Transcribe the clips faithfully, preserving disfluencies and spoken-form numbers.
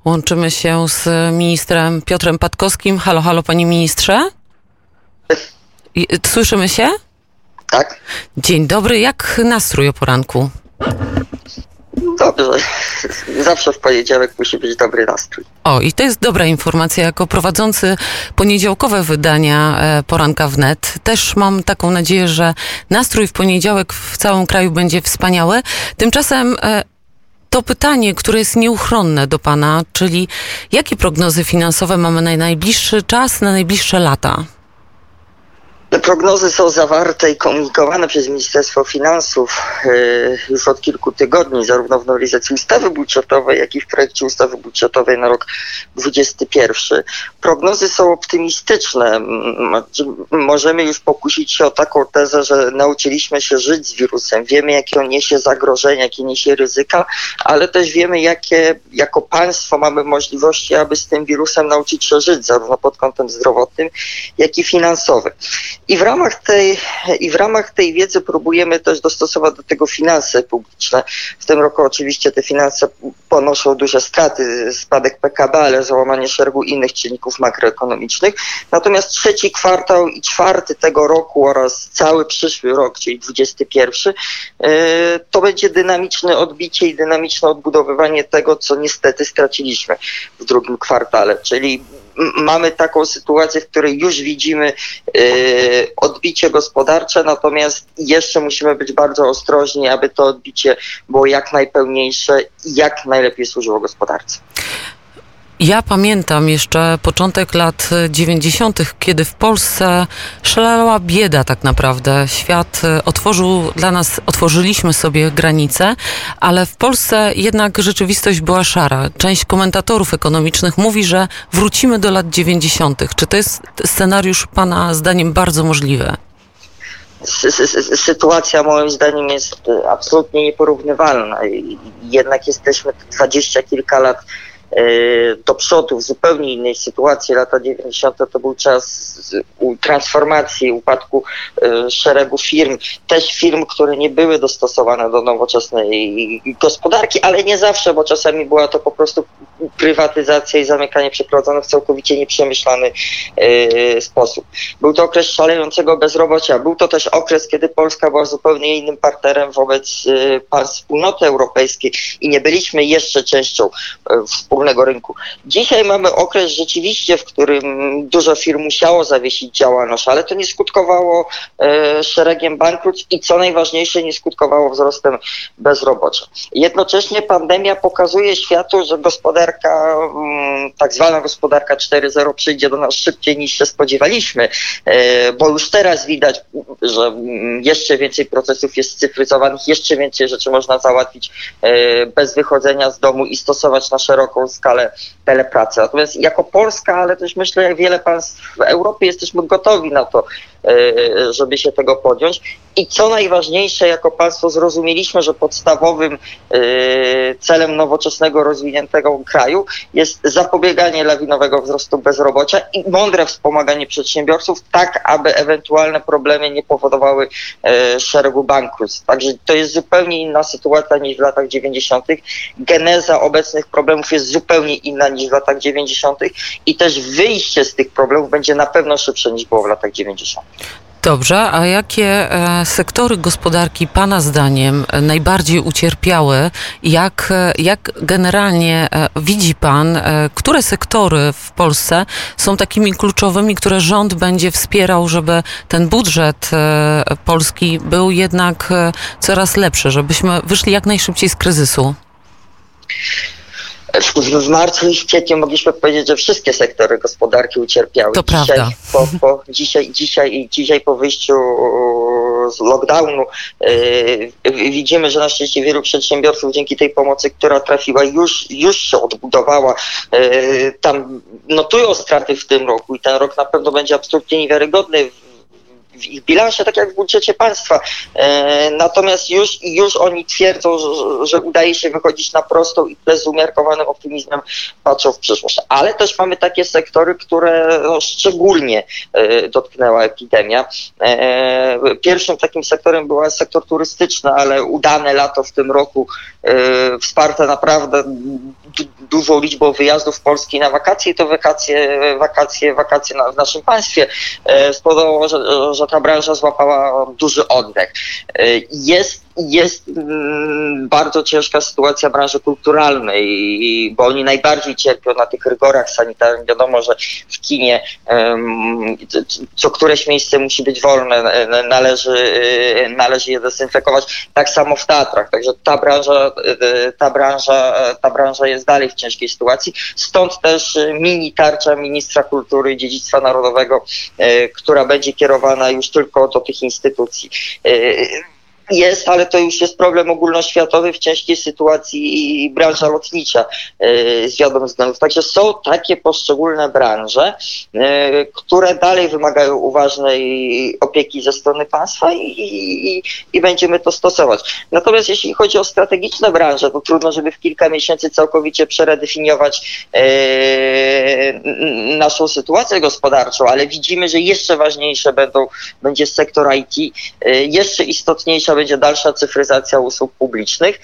Łączymy się z ministrem Piotrem Patkowskim. Halo, halo, panie ministrze? Słyszymy się? Tak. Dzień dobry. Jak nastrój o poranku? Dobrze. Zawsze w poniedziałek musi być dobry nastrój. O, i to jest dobra informacja. Jako prowadzący poniedziałkowe wydania Poranka Wnet też mam taką nadzieję, że nastrój w poniedziałek w całym kraju będzie wspaniały. Tymczasem to pytanie, które jest nieuchronne do pana, czyli jakie prognozy finansowe mamy na najbliższy czas, na najbliższe lata? Te prognozy są zawarte i komunikowane przez Ministerstwo Finansów yy, już od kilku tygodni, zarówno w nowelizacji ustawy budżetowej, jak i w projekcie ustawy budżetowej na rok dwudziesty pierwszy. Prognozy są optymistyczne. M- możemy już pokusić się o taką tezę, że nauczyliśmy się żyć z wirusem. Wiemy, jakie on niesie zagrożenia, jakie niesie ryzyka, ale też wiemy, jakie jako państwo mamy możliwości, aby z tym wirusem nauczyć się żyć, zarówno pod kątem zdrowotnym, jak i finansowym. I w ramach tej, i w ramach tej wiedzy próbujemy też dostosować do tego finanse publiczne. W tym roku oczywiście te finanse ponoszą duże straty, spadek P K B, ale załamanie szeregu innych czynników makroekonomicznych. Natomiast trzeci kwartał i czwarty tego roku oraz cały przyszły rok, czyli dwudziesty pierwszy, to będzie dynamiczne odbicie i dynamiczne odbudowywanie tego, co niestety straciliśmy w drugim kwartale, czyli mamy taką sytuację, w której już widzimy y, odbicie gospodarcze, natomiast jeszcze musimy być bardzo ostrożni, aby to odbicie było jak najpełniejsze i jak najlepiej służyło gospodarce. Ja pamiętam jeszcze początek lat dziewięćdziesiątych, kiedy w Polsce szalała bieda tak naprawdę. Świat otworzył dla nas, otworzyliśmy sobie granice, ale w Polsce jednak rzeczywistość była szara. Część komentatorów ekonomicznych mówi, że wrócimy do lat dziewięćdziesiątych. Czy to jest scenariusz pana zdaniem bardzo możliwy? Sytuacja moim zdaniem jest absolutnie nieporównywalna. Jednak jesteśmy dwadzieścia kilka lat do przodu w zupełnie innej sytuacji. Lata dziewięćdziesiąte to był czas transformacji, upadku szeregu firm, też firm, które nie były dostosowane do nowoczesnej gospodarki, ale nie zawsze, bo czasami była to po prostu prywatyzacja i zamykanie przeprowadzone w całkowicie nieprzemyślany sposób. Był to okres szalejącego bezrobocia. Był to też okres, kiedy Polska była zupełnie innym partnerem wobec państw Wspólnoty Europejskiej i nie byliśmy jeszcze częścią wspólnego rynku. Dzisiaj mamy okres rzeczywiście, w którym dużo firm musiało zawiesić działalność, ale to nie skutkowało e, szeregiem bankructw i co najważniejsze, nie skutkowało wzrostem bezrobocia. Jednocześnie pandemia pokazuje światu, że gospodarka, m, tak zwana gospodarka cztery zero przyjdzie do nas szybciej niż się spodziewaliśmy, e, bo już teraz widać, że m, jeszcze więcej procesów jest scyfryzowanych, jeszcze więcej rzeczy można załatwić e, bez wychodzenia z domu i stosować na szeroką skalę telepracy. Natomiast jako Polska, ale też myślę, jak wiele państw w Europie, jesteśmy gotowi na to, żeby się tego podjąć. I co najważniejsze, jako państwo zrozumieliśmy, że podstawowym celem nowoczesnego, rozwiniętego kraju jest zapobieganie lawinowego wzrostu bezrobocia i mądre wspomaganie przedsiębiorców, tak aby ewentualne problemy nie powodowały szeregu bankructw. Także to jest zupełnie inna sytuacja niż w latach dziewięćdziesiątych. Geneza obecnych problemów jest zupełnie inna niż w latach dziewięćdziesiątych i też wyjście z tych problemów będzie na pewno szybsze niż było w latach dziewięćdziesiątych. Dobrze, a jakie e, sektory gospodarki pana zdaniem najbardziej ucierpiały? Jak, jak generalnie e, widzi pan, e, które sektory w Polsce są takimi kluczowymi, które rząd będzie wspierał, żeby ten budżet e, polski był jednak e, coraz lepszy, żebyśmy wyszli jak najszybciej z kryzysu? W marcu i w kwietniu mogliśmy powiedzieć, że wszystkie sektory gospodarki ucierpiały. To dzisiaj, prawda. Po, po, dzisiaj, dzisiaj, dzisiaj po wyjściu z lockdownu yy, widzimy, że na szczęście wielu przedsiębiorców dzięki tej pomocy, która trafiła, już, już się odbudowała. Yy, tam notują straty w tym roku i ten rok na pewno będzie absolutnie niewiarygodny w ich bilansie, tak jak w budżecie państwa. E, natomiast już, już oni twierdzą, że, że udaje się wychodzić na prostą i z umiarkowanym optymizmem patrzą w przyszłość. Ale też mamy takie sektory, które no, szczególnie e, dotknęła epidemia. E, pierwszym takim sektorem był sektor turystyczny, ale udane lato w tym roku, e, wsparte naprawdę du- dużą liczbą wyjazdów z Polski na wakacje, to wakacje, wakacje, wakacje na, w naszym państwie e, spowodowało, że, że ta branża złapała duży oddech. E, jest Jest mm, bardzo ciężka sytuacja branży kulturalnej, i- bo oni najbardziej cierpią na tych rygorach sanitarnych. Wiadomo, że w kinie em, c- c- co któreś miejsce musi być wolne, e, należy, e, należy je dezynfekować. Tak samo w teatrach. Także ta branża, e, ta branża, e, ta branża jest dalej w ciężkiej sytuacji. Stąd też e, mini tarcza ministra kultury i dziedzictwa narodowego, e, która będzie kierowana już tylko do tych instytucji. E, Jest, ale to już jest problem ogólnoświatowy w ciężkiej sytuacji i branża lotnicza e, z wiadomych względów. Także są takie poszczególne branże, e, które dalej wymagają uważnej opieki ze strony państwa i, i, i będziemy to stosować. Natomiast jeśli chodzi o strategiczne branże, to trudno, żeby w kilka miesięcy całkowicie przeredefiniować e, n- naszą sytuację gospodarczą, ale widzimy, że jeszcze ważniejsze będą, będzie sektor I T, e, jeszcze istotniejsza będzie dalsza cyfryzacja usług publicznych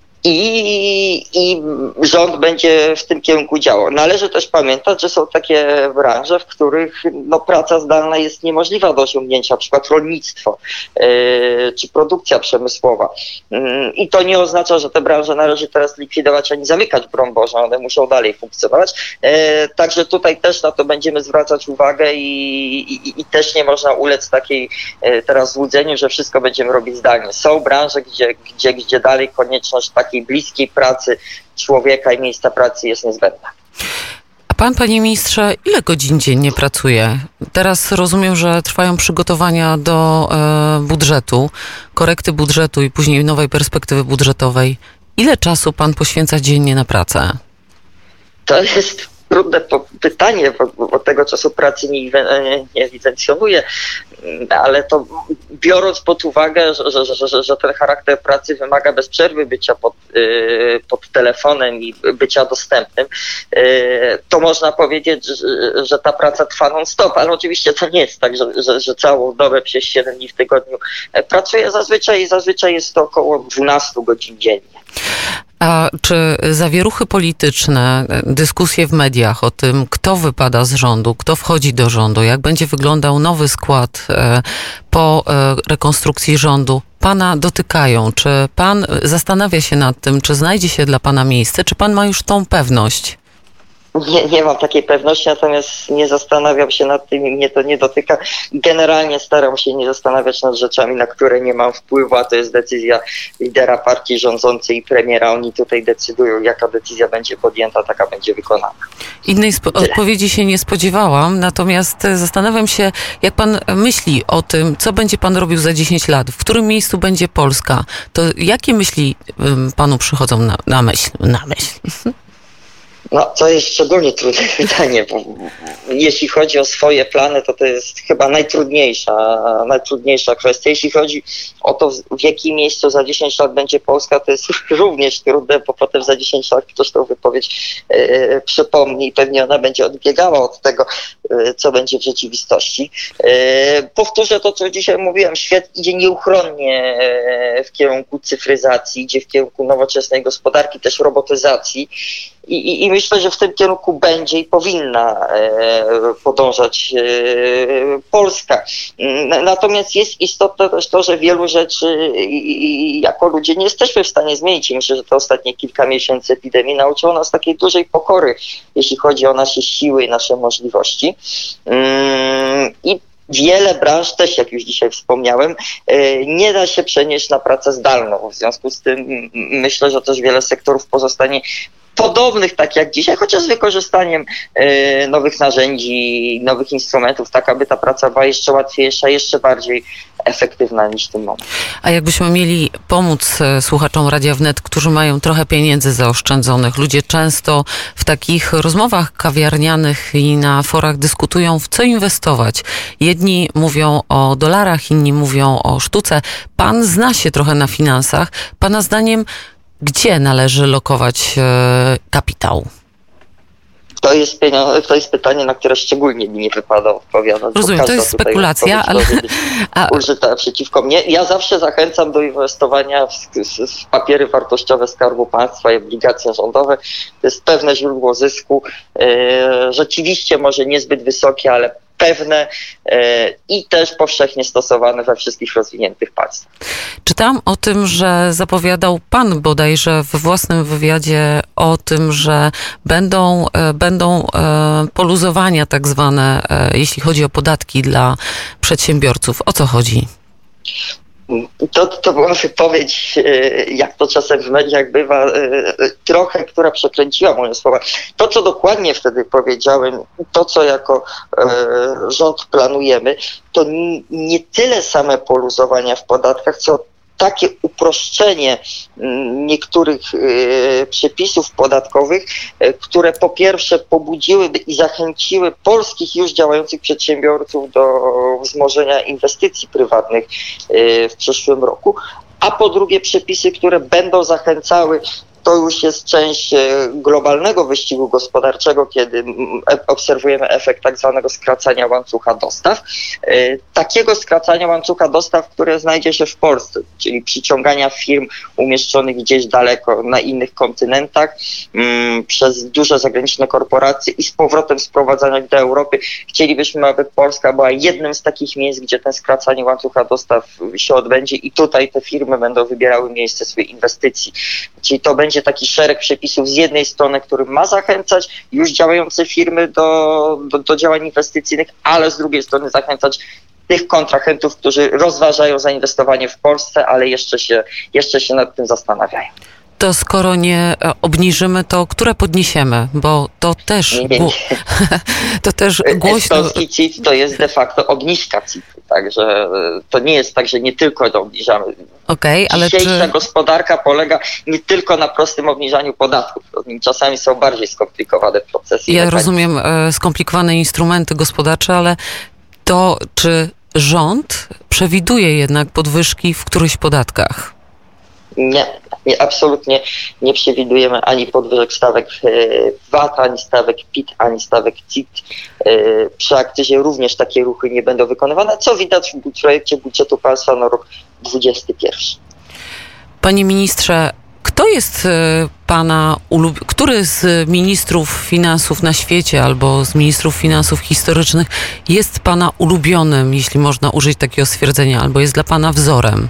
i, i rząd będzie w tym kierunku działał. Należy też pamiętać, że są takie branże, w których no, praca zdalna jest niemożliwa do osiągnięcia, na przykład rolnictwo yy, czy produkcja przemysłowa. Yy, I to nie oznacza, że te branże należy teraz likwidować ani zamykać, broń Boże, one muszą dalej funkcjonować. Yy, także tutaj też na to będziemy zwracać uwagę i, i, i też nie można ulec takiej yy, teraz złudzeniu, że wszystko będziemy robić zdalnie. Są branże, gdzie, gdzie, gdzie dalej konieczność takiej bliskiej pracy człowieka i miejsca pracy jest niezbędna. A pan, panie ministrze, ile godzin dziennie pracuje? Teraz rozumiem, że trwają przygotowania do e, budżetu, korekty budżetu i później nowej perspektywy budżetowej. Ile czasu pan poświęca dziennie na pracę? To jest trudne pytanie, bo, bo tego czasu pracy nie, nie ewidencjonuję, ale to biorąc pod uwagę, że, że, że, że ten charakter pracy wymaga bez przerwy bycia pod, yy, pod telefonem i bycia dostępnym, yy, to można powiedzieć, że, że ta praca trwa non-stop, ale oczywiście to nie jest tak, że, że, że całą dobę przez siedem dni w tygodniu pracuję. Zazwyczaj, zazwyczaj jest to około dwanaście godzin dziennie. A czy zawieruchy polityczne, dyskusje w mediach o tym, kto wypada z rządu, kto wchodzi do rządu, jak będzie wyglądał nowy skład e, po e, rekonstrukcji rządu, pana dotykają? Czy pan zastanawia się nad tym, czy znajdzie się dla pana miejsce, czy pan ma już tą pewność? Nie, nie mam takiej pewności, natomiast nie zastanawiam się nad tym i mnie to nie dotyka. Generalnie staram się nie zastanawiać nad rzeczami, na które nie mam wpływu, a to jest decyzja lidera partii rządzącej i premiera. Oni tutaj decydują, jaka decyzja będzie podjęta, taka będzie wykonana. Innej spo- odpowiedzi się nie spodziewałam, natomiast zastanawiam się, jak pan myśli o tym, co będzie pan robił za dziesięć lat, w którym miejscu będzie Polska. To jakie myśli um, panu przychodzą na, na myśl? Na myśl? No, to jest szczególnie trudne pytanie, bo jeśli chodzi o swoje plany, to to jest chyba najtrudniejsza, najtrudniejsza kwestia. Jeśli chodzi o to, w jakim miejscu za dziesięć lat będzie Polska, to jest również trudne, bo potem za dziesięć lat ktoś tą wypowiedź e, przypomni i pewnie ona będzie odbiegała od tego, e, co będzie w rzeczywistości. E, powtórzę to, co dzisiaj mówiłem. Świat idzie nieuchronnie e, w kierunku cyfryzacji, idzie w kierunku nowoczesnej gospodarki, też robotyzacji. I, i, I myślę, że w tym kierunku będzie i powinna e, podążać e, Polska. Natomiast jest istotne też to, że wielu rzeczy i, i, jako ludzie nie jesteśmy w stanie zmienić. I myślę, że te ostatnie kilka miesięcy epidemii nauczyło nas takiej dużej pokory, jeśli chodzi o nasze siły i nasze możliwości. Mm, I wiele branż też, jak już dzisiaj wspomniałem, nie da się przenieść na pracę zdalną. W związku z tym myślę, że też wiele sektorów pozostanie podobnych, tak jak dzisiaj, chociaż z wykorzystaniem e, nowych narzędzi, nowych instrumentów, tak aby ta praca była jeszcze łatwiejsza, jeszcze bardziej efektywna niż w tym momencie. A jakbyśmy mieli pomóc słuchaczom Radia Wnet, którzy mają trochę pieniędzy zaoszczędzonych, ludzie często w takich rozmowach kawiarnianych i na forach dyskutują, w co inwestować. Jedni mówią o dolarach, inni mówią o sztuce. Pan zna się trochę na finansach. Pana zdaniem, gdzie należy lokować e, kapitał? To jest, pieniądze, to jest pytanie, na które szczególnie mi nie wypada odpowiadać. Rozumiem, to jest spekulacja, ale... A... użyta przeciwko mnie. Ja zawsze zachęcam do inwestowania w, w, w papiery wartościowe Skarbu Państwa i obligacje rządowe. To jest pewne źródło zysku. E, rzeczywiście może niezbyt wysokie, ale pewne e, i też powszechnie stosowane we wszystkich rozwiniętych państwach. Czytałam o tym, że zapowiadał pan bodajże we własnym wywiadzie o tym, że będą, e, będą e, poluzowania tak zwane, e, jeśli chodzi o podatki dla przedsiębiorców. O co chodzi? To, to była wypowiedź, jak to czasem w mediach bywa, trochę, która przekręciła moje słowa. To, co dokładnie wtedy powiedziałem, to, co jako rząd planujemy, to nie tyle same poluzowania w podatkach, co takie uproszczenie niektórych przepisów podatkowych, które po pierwsze pobudziłyby i zachęciły polskich już działających przedsiębiorców do wzmożenia inwestycji prywatnych w przyszłym roku, a po drugie przepisy, które będą zachęcały. To już jest część globalnego wyścigu gospodarczego, kiedy obserwujemy efekt tak zwanego skracania łańcucha dostaw. Takiego skracania łańcucha dostaw, które znajdzie się w Polsce, czyli przyciągania firm umieszczonych gdzieś daleko na innych kontynentach przez duże zagraniczne korporacje i z powrotem sprowadzania do Europy. Chcielibyśmy, aby Polska była jednym z takich miejsc, gdzie ten skracanie łańcucha dostaw się odbędzie i tutaj te firmy będą wybierały miejsce swojej inwestycji. Czyli to będzie taki szereg przepisów z jednej strony, który ma zachęcać już działające firmy do, do, do działań inwestycyjnych, ale z drugiej strony zachęcać tych kontrahentów, którzy rozważają zainwestowanie w Polsce, ale jeszcze się, jeszcze się nad tym zastanawiają. To skoro nie obniżymy, to które podniesiemy? Bo to też, nie, nie, nie. to też głośno... Estonski C I T to jest de facto obniżka C I T-u, także to nie jest tak, że nie tylko to obniżamy. Okay, ale Dzisiejsza czy... gospodarka polega nie tylko na prostym obniżaniu podatków. Czasami są bardziej skomplikowane procesy. Ja rozumiem e, skomplikowane instrumenty gospodarcze, ale to czy rząd przewiduje jednak podwyżki w którychś podatkach? Nie, nie, absolutnie nie przewidujemy ani podwyżek stawek V A T, ani stawek P I T, ani stawek C I T. Przy akcyzie również takie ruchy nie będą wykonywane, co widać w projekcie budżetu państwa na rok dwudziesty pierwszy. Panie ministrze, kto jest pana ulub... który z ministrów finansów na świecie albo z ministrów finansów historycznych jest pana ulubionym, jeśli można użyć takiego stwierdzenia, albo jest dla pana wzorem?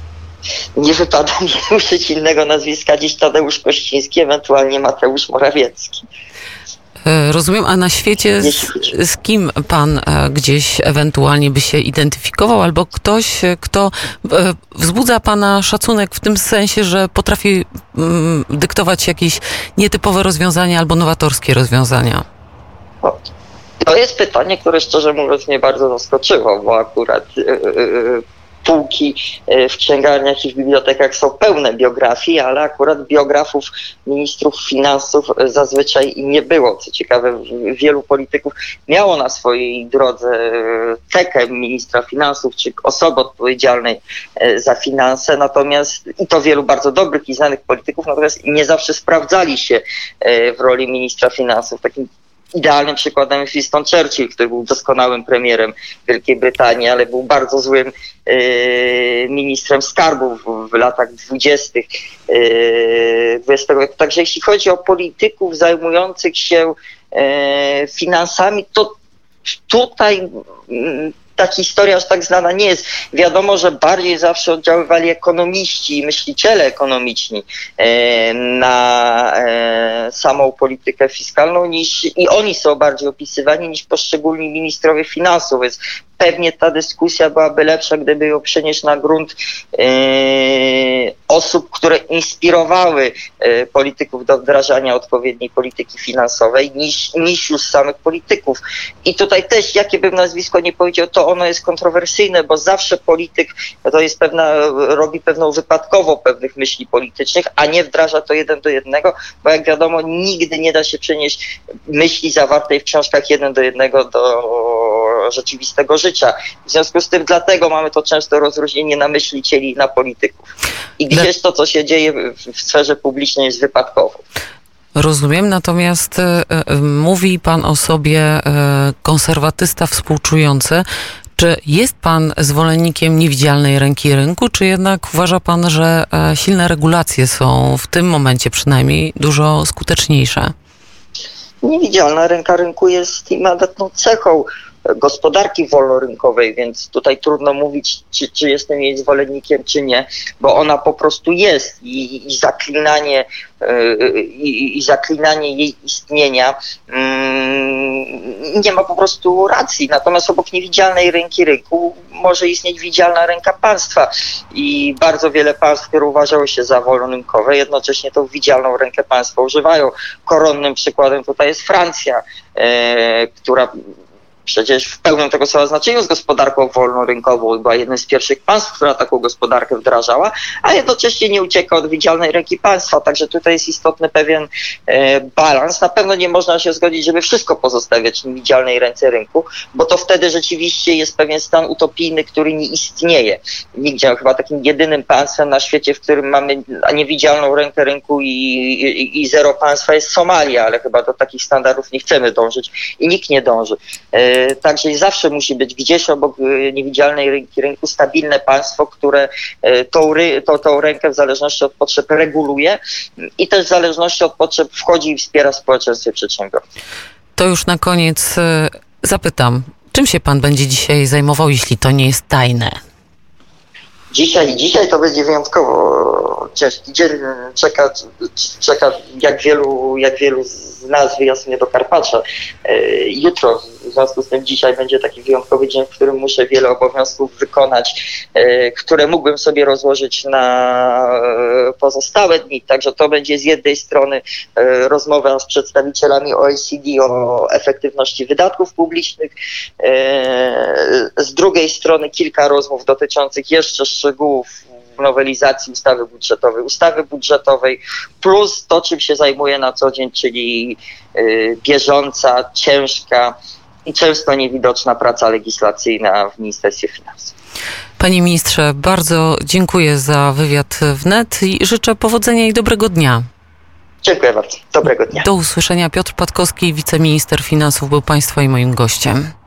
Nie wypada mi użyć innego nazwiska, dziś Tadeusz Kościński, ewentualnie Mateusz Morawiecki. Rozumiem, a na świecie z, z kim pan gdzieś ewentualnie by się identyfikował, albo ktoś, kto wzbudza pana szacunek w tym sensie, że potrafi mm, dyktować jakieś nietypowe rozwiązania albo nowatorskie rozwiązania? O, to jest pytanie, które szczerze mówiąc mnie bardzo zaskoczyło, bo akurat yy, półki w księgarniach i w bibliotekach są pełne biografii, ale akurat biografów ministrów finansów zazwyczaj nie było. Co ciekawe, wielu polityków miało na swojej drodze cekę ministra finansów, czy osoby odpowiedzialnej za finanse, natomiast i to wielu bardzo dobrych i znanych polityków, natomiast nie zawsze sprawdzali się w roli ministra finansów. Takim idealnym przykładem jest Winston Churchill, który był doskonałym premierem Wielkiej Brytanii, ale był bardzo złym e, ministrem skarbu w, w latach dwudziestych dwudziestego wieku. Także jeśli chodzi o polityków zajmujących się e, finansami, to tutaj m, ta historia aż tak znana nie jest. Wiadomo, że bardziej zawsze oddziaływali ekonomiści i myśliciele ekonomiczni e, na e, samą politykę fiskalną niż i oni są bardziej opisywani niż poszczególni ministrowie finansów, więc pewnie ta dyskusja byłaby lepsza, gdyby ją przenieść na grunt e, osób, które inspirowały e, polityków do wdrażania odpowiedniej polityki finansowej niż, niż już samych polityków. I tutaj też, jakie bym nazwisko nie powiedział, to ono jest kontrowersyjne, bo zawsze polityk to jest pewna, robi pewną wypadkową pewnych myśli politycznych, a nie wdraża to jeden do jednego, bo jak wiadomo, nigdy nie da się przenieść myśli zawartej w książkach jeden do jednego do rzeczywistego życia. W związku z tym dlatego mamy to często rozróżnienie na myślicieli i na polityków. I gdzieś to, co się dzieje w, w sferze publicznej, jest wypadkowo. Rozumiem, natomiast y, y, mówi pan o sobie y, konserwatysta współczujący. Czy jest pan zwolennikiem niewidzialnej ręki rynku, czy jednak uważa pan, że y, silne regulacje są w tym momencie przynajmniej dużo skuteczniejsze? Niewidzialna ręka rynku jest immanentną cechą gospodarki wolnorynkowej, więc tutaj trudno mówić, czy, czy jestem jej zwolennikiem, czy nie, bo ona po prostu jest i, i zaklinanie yy, i, i zaklinanie jej istnienia yy, nie ma po prostu racji. Natomiast obok niewidzialnej ręki rynku może istnieć widzialna ręka państwa i bardzo wiele państw, które uważały się za wolnorynkowe, jednocześnie tą widzialną rękę państwa używają. Koronnym przykładem tutaj jest Francja, yy, która przecież w pełnym tego słowa znaczeniu z gospodarką wolnorynkową była jednym z pierwszych państw, która taką gospodarkę wdrażała, a jednocześnie nie ucieka od widzialnej ręki państwa. Także tutaj jest istotny pewien e, balans. Na pewno nie można się zgodzić, żeby wszystko pozostawiać niewidzialnej ręce rynku, bo to wtedy rzeczywiście jest pewien stan utopijny, który nie istnieje. Nigdzie, chyba takim jedynym państwem na świecie, w którym mamy niewidzialną rękę rynku i, i, i zero państwa jest Somalia, ale chyba do takich standardów nie chcemy dążyć i nikt nie dąży. E, Także zawsze musi być gdzieś obok niewidzialnej ręki rynku stabilne państwo, które tą, tą, tą rękę w zależności od potrzeb reguluje i też w zależności od potrzeb wchodzi i wspiera społeczeństwo i przedsiębiorców. To już na koniec zapytam, czym się pan będzie dzisiaj zajmował, jeśli to nie jest tajne? Dzisiaj, dzisiaj to będzie wyjątkowo ciężki dzień. Czeka, czeka jak wielu, jak wielu z nas wyjazd mnie do Karpacza. Jutro, w związku z tym dzisiaj będzie taki wyjątkowy dzień, w którym muszę wiele obowiązków wykonać, które mógłbym sobie rozłożyć na pozostałe dni. Także to będzie z jednej strony rozmowa z przedstawicielami O E C D o efektywności wydatków publicznych, z drugiej strony kilka rozmów dotyczących jeszcze szczegółów nowelizacji ustawy budżetowej, ustawy budżetowej, plus to, czym się zajmuję na co dzień, czyli y, bieżąca, ciężka i często niewidoczna praca legislacyjna w Ministerstwie Finansów. Panie ministrze, bardzo dziękuję za wywiad w N E T i życzę powodzenia i dobrego dnia. Dziękuję bardzo. Dobrego dnia. Do usłyszenia. Piotr Patkowski, wiceminister finansów, był państwa i moim gościem.